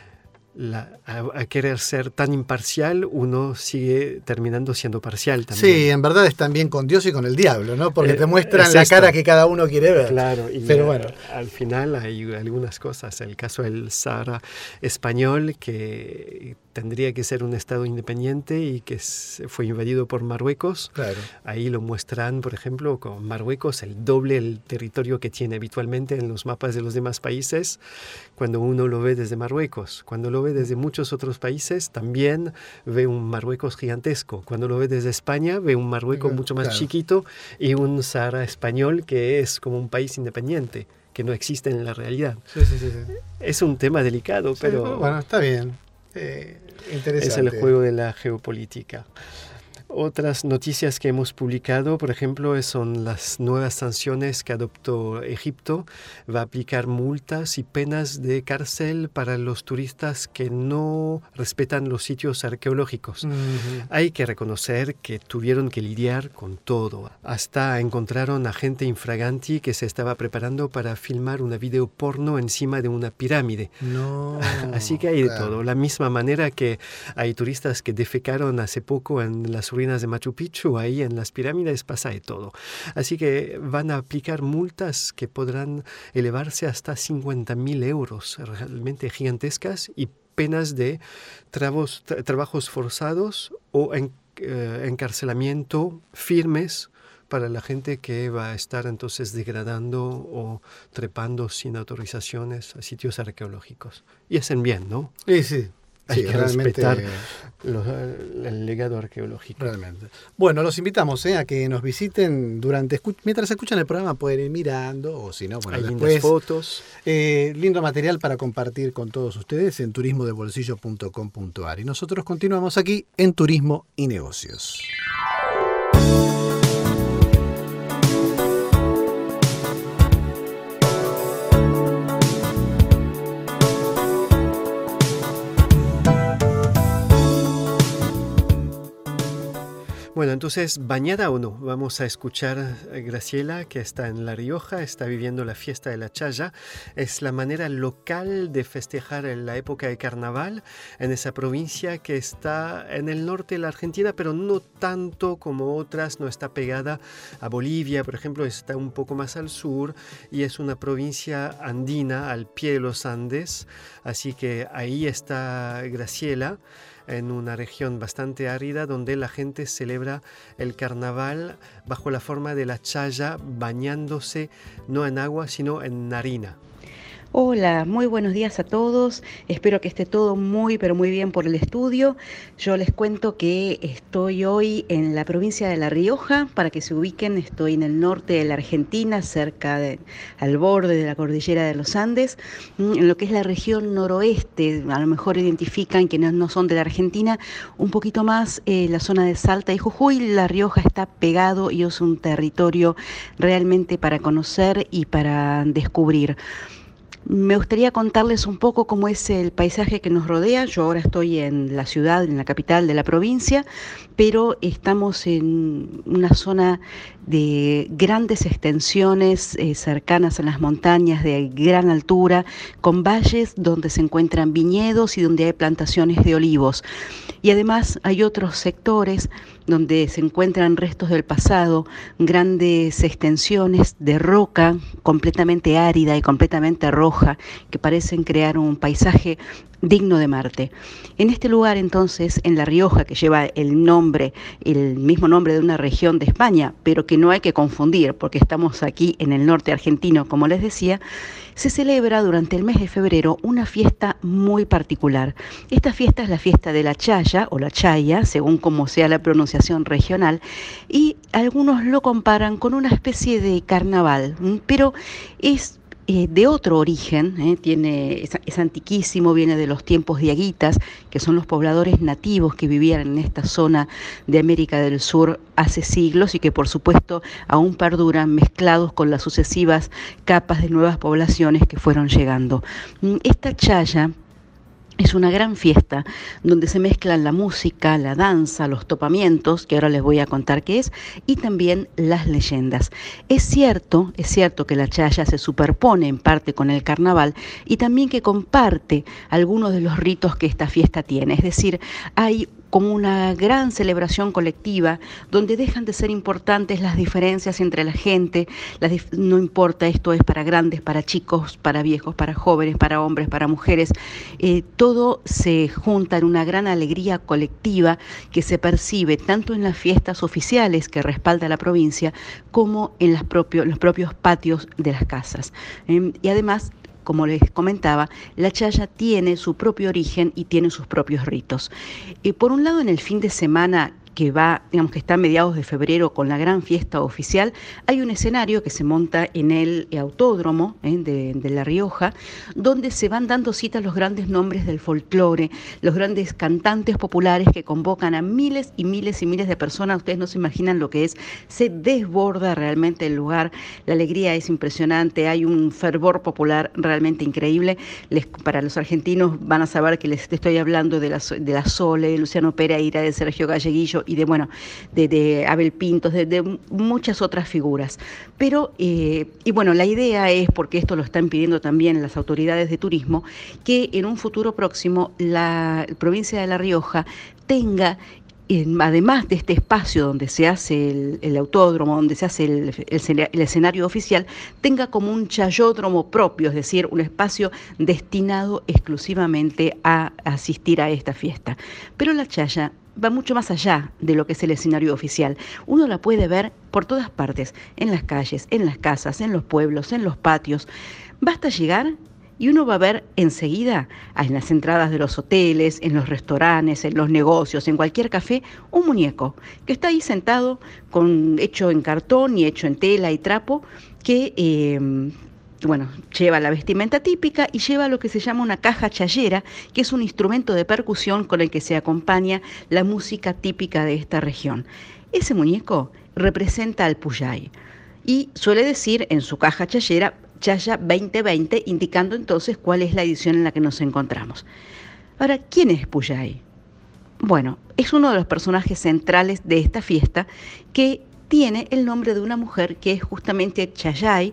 La, a, a querer ser tan imparcial, uno sigue terminando siendo parcial también. Sí, en verdad están bien con Dios y con el diablo, ¿no? Porque eh, te muestran la esto. cara que cada uno quiere ver. Claro, y pero a, bueno. al final hay algunas cosas. El caso del Sahara español, que tendría que ser un estado independiente y que fue invadido por Marruecos. Claro. Ahí lo muestran, por ejemplo, con Marruecos, el doble el territorio que tiene habitualmente en los mapas de los demás países, cuando uno lo ve desde Marruecos. Cuando lo ve desde muchos otros países, también ve un Marruecos gigantesco. Cuando lo ve desde España, ve un Marruecos mucho más claro. chiquito y un Sahara español que es como un país independiente, que no existe en la realidad. Sí, sí, sí, sí. Es un tema delicado, sí, pero... Bueno, está bien. Eh, interesante. Es el juego de la geopolítica. Otras noticias que hemos publicado, por ejemplo, son las nuevas sanciones que adoptó Egipto. Va a aplicar multas y penas de cárcel para los turistas que no respetan los sitios arqueológicos. Uh-huh. Hay que reconocer que tuvieron que lidiar con todo. Hasta encontraron a gente infraganti que se estaba preparando para filmar una video porno encima de una pirámide. No, Así que hay de claro. todo. La misma manera que hay turistas que defecaron hace poco en las ruinas de Machu Picchu, ahí en las pirámides pasa de todo. Así que van a aplicar multas que podrán elevarse hasta cincuenta mil euros, realmente gigantescas, y penas de trabos, tra- trabajos forzados o en, eh, encarcelamiento firmes para la gente que va a estar entonces degradando o trepando sin autorizaciones a sitios arqueológicos. Y hacen bien, ¿no? Sí, sí. Hay Sí, que realmente, respetar los, el legado arqueológico. Realmente. Bueno, los invitamos eh, a que nos visiten durante mientras escuchan el programa, pueden ir mirando, o si no, bueno, hay después, lindas fotos. Eh, lindo material para compartir con todos ustedes en turismo de bolsillo punto com punto a r. Y nosotros continuamos aquí en Turismo y Negocios. Bueno, entonces, bañada o no, vamos a escuchar a Graciela, que está en La Rioja, está viviendo la fiesta de la chaya. Es la manera local de festejar en la época de carnaval en esa provincia que está en el norte de la Argentina, pero no tanto como otras, no está pegada a Bolivia, por ejemplo, está un poco más al sur y es una provincia andina al pie de los Andes, así que ahí está Graciela, en una región bastante árida donde la gente celebra el carnaval bajo la forma de la chaya, bañándose no en agua sino en harina. Hola, muy buenos días a todos. Espero que esté todo muy, pero muy bien por el estudio. Yo les cuento que estoy hoy en la provincia de La Rioja. Para que se ubiquen, estoy en el norte de la Argentina, cerca de, al borde de la cordillera de los Andes, en lo que es la región noroeste. A lo mejor identifican quienes no son de la Argentina, un poquito más eh, la zona de Salta y Jujuy. La Rioja está pegado y es un territorio realmente para conocer y para descubrir. Me gustaría contarles un poco cómo es el paisaje que nos rodea. Yo ahora estoy en la ciudad, en la capital de la provincia, pero estamos en una zona de grandes extensiones eh, cercanas a las montañas de gran altura, con valles donde se encuentran viñedos y donde hay plantaciones de olivos. Y además hay otros sectores donde se encuentran restos del pasado, grandes extensiones de roca completamente árida y completamente roja, que parecen crear un paisaje digno de Marte. En este lugar entonces, en La Rioja, que lleva el nombre, el mismo nombre de una región de España, pero que no hay que confundir porque estamos aquí en el norte argentino, como les decía, se celebra durante el mes de febrero una fiesta muy particular. Esta fiesta es la fiesta de la chaya o la chaya, según como sea la pronunciación regional, y algunos lo comparan con una especie de carnaval, pero es Eh, de otro origen, eh, tiene, es, es antiquísimo, viene de los tiempos diaguitas, que son los pobladores nativos que vivían en esta zona de América del Sur hace siglos y que por supuesto aún perduran mezclados con las sucesivas capas de nuevas poblaciones que fueron llegando. Esta chaya es una gran fiesta donde se mezclan la música, la danza, los topamientos, que ahora les voy a contar qué es, y también las leyendas. Es cierto, es cierto que la chaya se superpone en parte con el carnaval y también que comparte algunos de los ritos que esta fiesta tiene. Es decir, hay como una gran celebración colectiva donde dejan de ser importantes las diferencias entre la gente, las dif- no importa, esto es para grandes, para chicos, para viejos, para jóvenes, para hombres, para mujeres, eh, todo se junta en una gran alegría colectiva que se percibe tanto en las fiestas oficiales que respalda la provincia como en las propio, los propios patios de las casas. Eh, y además, como les comentaba, la chaya tiene su propio origen y tiene sus propios ritos. Eh, por un lado, en el fin de semana que va, digamos que está a mediados de febrero con la gran fiesta oficial, hay un escenario que se monta en el autódromo eh, de, de La Rioja, donde se van dando cita los grandes nombres del folclore, los grandes cantantes populares que convocan a miles y miles y miles de personas. Ustedes no se imaginan lo que es, se desborda realmente el lugar, la alegría es impresionante, hay un fervor popular realmente increíble. Les, para los argentinos van a saber que les estoy hablando de la, de la Sole, de Luciano Pereira, de Sergio Galleguillo, y de bueno de, de Abel Pintos, de, de muchas otras figuras. Pero, eh, y bueno, la idea es, porque esto lo están pidiendo también las autoridades de turismo, que en un futuro próximo la provincia de La Rioja tenga, además de este espacio donde se hace el, el autódromo, donde se hace el, el, el escenario oficial, tenga como un chayódromo propio, es decir, un espacio destinado exclusivamente a asistir a esta fiesta. Pero la chaya va mucho más allá de lo que es el escenario oficial. Uno la puede ver por todas partes, en las calles, en las casas, en los pueblos, en los patios. Basta llegar y uno va a ver enseguida, en las entradas de los hoteles, en los restaurantes, en los negocios, en cualquier café, un muñeco que está ahí sentado, con, hecho en cartón y hecho en tela y trapo, que eh, bueno, lleva la vestimenta típica y lleva lo que se llama una caja chayera, que es un instrumento de percusión con el que se acompaña la música típica de esta región. Ese muñeco representa al Puyay y suele decir en su caja chayera Chaya veinte veinte, indicando entonces cuál es la edición en la que nos encontramos. Ahora, ¿quién es Puyay? bueno, es uno de los personajes centrales de esta fiesta que tiene el nombre de una mujer que es justamente Chayay,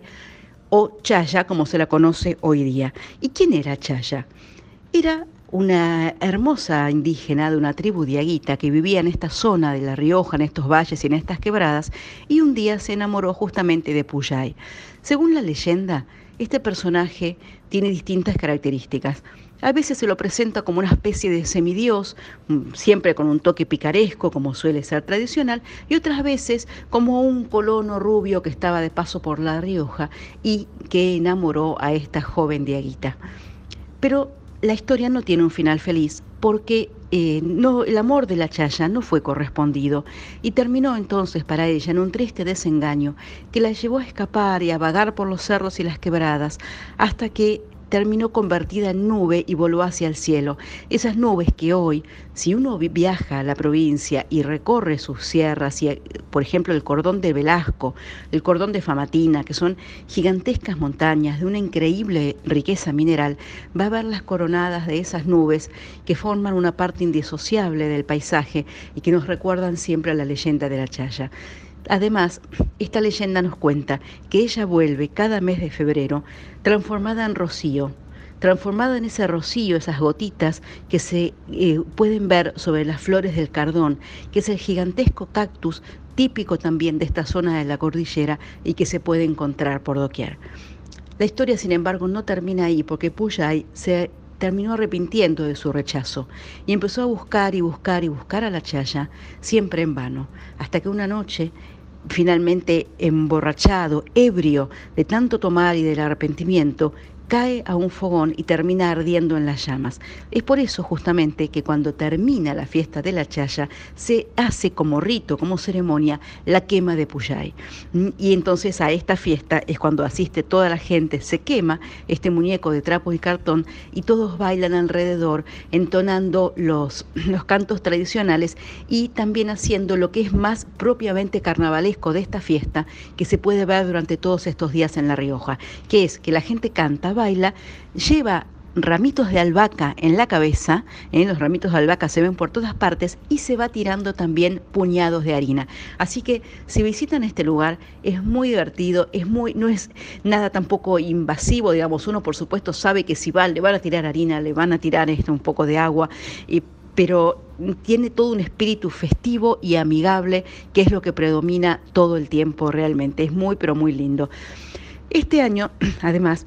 o Chaya, como se la conoce hoy día. ¿Y quién era Chaya? Era una hermosa indígena de una tribu diaguita que vivía en esta zona de La Rioja, en estos valles y en estas quebradas, y un día se enamoró justamente de Puyay. Según la leyenda, este personaje tiene distintas características. A veces se lo presenta como una especie de semidios, siempre con un toque picaresco, como suele ser tradicional, y otras veces como un colono rubio que estaba de paso por La Rioja y que enamoró a esta joven diaguita. Pero la historia no tiene un final feliz porque eh, no, el amor de la Chaya no fue correspondido y terminó entonces para ella en un triste desengaño que la llevó a escapar y a vagar por los cerros y las quebradas hasta que terminó convertida en nube y voló hacia el cielo. Esas nubes que hoy, si uno viaja a la provincia y recorre sus sierras, y, por ejemplo, el cordón de Velasco, el cordón de Famatina, que son gigantescas montañas de una increíble riqueza mineral, va a ver las coronadas de esas nubes que forman una parte indisociable del paisaje y que nos recuerdan siempre a la leyenda de la Chaya. Además, esta leyenda nos cuenta que ella vuelve cada mes de febrero transformada en rocío, transformada en ese rocío, esas gotitas que se eh, pueden ver sobre las flores del cardón, que es el gigantesco cactus típico también de esta zona de la cordillera y que se puede encontrar por doquier. La historia, sin embargo, no termina ahí porque Puyay se terminó arrepintiendo de su rechazo y empezó a buscar y buscar y buscar a la Chaya, siempre en vano, hasta que una noche, finalmente emborrachado, ebrio de tanto tomar y del arrepentimiento, cae a un fogón y termina ardiendo en las llamas. Es por eso justamente que cuando termina la fiesta de la Chaya se hace como rito, como ceremonia, la quema de Puyay. Y entonces a esta fiesta es cuando asiste toda la gente, se quema este muñeco de trapo y cartón y todos bailan alrededor entonando los, los cantos tradicionales y también haciendo lo que es más propiamente carnavalesco de esta fiesta que se puede ver durante todos estos días en La Rioja, que es que la gente canta, baila, lleva ramitos de albahaca en la cabeza, ¿eh? Los ramitos de albahaca se ven por todas partes y se va tirando también puñados de harina. Así que si visitan este lugar es muy divertido, es muy, no es nada tampoco invasivo, digamos, uno por supuesto sabe que si va, le van a tirar harina, le van a tirar esto, un poco de agua, y pero tiene todo un espíritu festivo y amigable, que es lo que predomina todo el tiempo realmente. Es muy, pero muy lindo. Este año, además,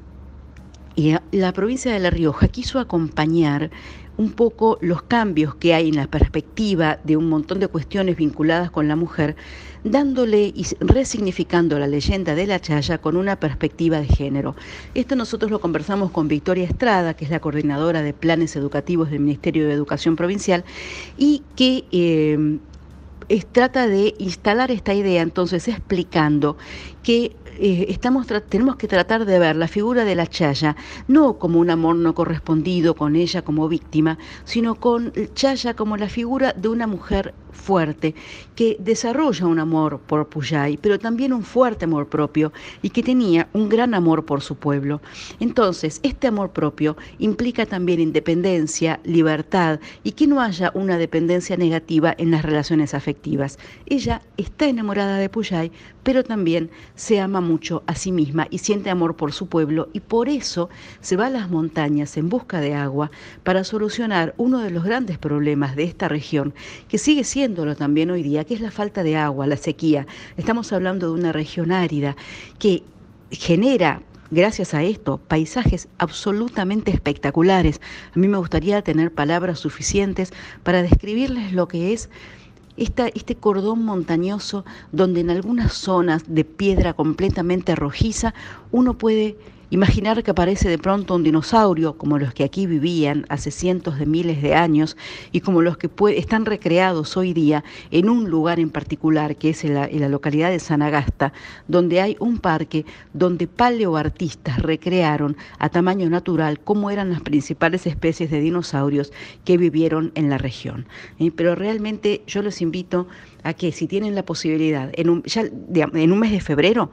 y la provincia de La Rioja quiso acompañar un poco los cambios que hay en la perspectiva de un montón de cuestiones vinculadas con la mujer, dándole y resignificando la leyenda de la Chaya con una perspectiva de género. Esto nosotros lo conversamos con Victoria Estrada, que es la coordinadora de planes educativos del Ministerio de Educación Provincial, y que eh, es, trata de instalar esta idea, entonces explicando que Eh, estamos tenemos que tratar de ver la figura de la Chaya no como un amor no correspondido con ella como víctima, sino con Chaya como la figura de una mujer fuerte que desarrolla un amor por Puyay, pero también un fuerte amor propio y que tenía un gran amor por su pueblo. Entonces, este amor propio implica también independencia, libertad y que no haya una dependencia negativa en las relaciones afectivas. Ella está enamorada de Puyay, pero también se ama mucho a sí misma y siente amor por su pueblo y por eso se va a las montañas en busca de agua para solucionar uno de los grandes problemas de esta región, que sigue siéndolo también hoy día, que es la falta de agua, la sequía. Estamos hablando de una región árida que genera, gracias a esto, paisajes absolutamente espectaculares. A mí me gustaría tener palabras suficientes para describirles lo que es Esta, este cordón montañoso donde en algunas zonas de piedra completamente rojiza uno puede imaginar que aparece de pronto un dinosaurio como los que aquí vivían hace cientos de miles de años y como los que puede, están recreados hoy día en un lugar en particular que es en la, en la localidad de Sanagasta, donde hay un parque donde paleoartistas recrearon a tamaño natural cómo eran las principales especies de dinosaurios que vivieron en la región. ¿Eh? Pero realmente yo los invito a que si tienen la posibilidad, en un, ya, digamos, en un mes de febrero,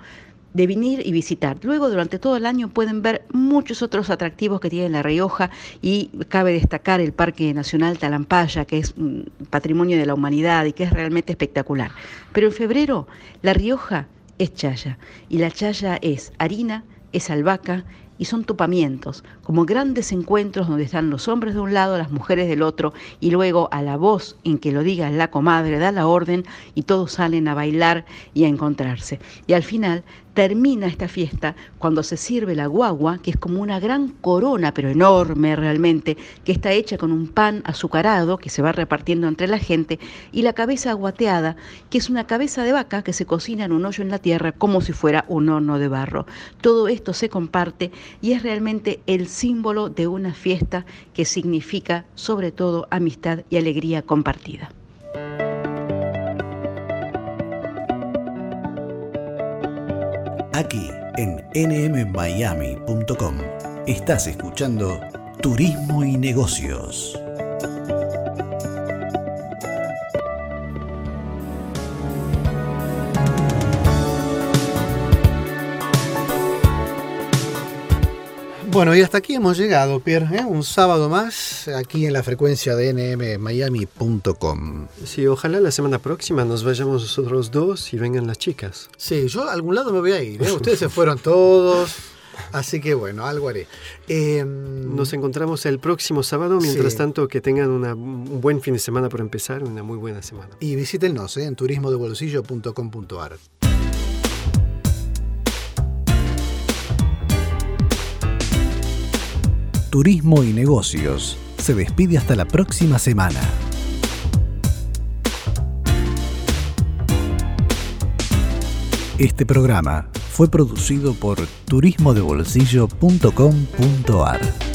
de venir y visitar. Luego, durante todo el año pueden ver muchos otros atractivos que tiene La Rioja, y cabe destacar el Parque Nacional Talampaya, que es un patrimonio de la humanidad y que es realmente espectacular. Pero en febrero, La Rioja es chaya, y la chaya es harina, es albahaca, y son topamientos, como grandes encuentros donde están los hombres de un lado, las mujeres del otro, y luego a la voz en que lo diga la comadre da la orden y todos salen a bailar y a encontrarse. Y al final termina esta fiesta cuando se sirve la guagua, que es como una gran corona, pero enorme realmente, que está hecha con un pan azucarado que se va repartiendo entre la gente, y la cabeza aguateada, que es una cabeza de vaca que se cocina en un hoyo en la tierra como si fuera un horno de barro. Todo esto se comparte y es realmente el símbolo de una fiesta que significa sobre todo amistad y alegría compartida. Aquí en ene eme miami punto com estás escuchando Turismo y Negocios. Bueno, y hasta aquí hemos llegado, Pierre, ¿eh? Un sábado más aquí en la frecuencia de ene eme miami punto com. Sí, ojalá la semana próxima nos vayamos nosotros dos y vengan las chicas. Sí, yo a algún lado me voy a ir, ¿eh? Ustedes se fueron todos, así que bueno, algo haré. Eh, nos encontramos el próximo sábado, mientras sí. tanto que tengan una, un buen fin de semana por empezar, una muy buena semana. Y visítennos ¿eh? en turismo de bolsillo punto com punto a r. Turismo y Negocios se despide hasta la próxima semana. Este programa fue producido por turismo de bolsillo punto com punto a r.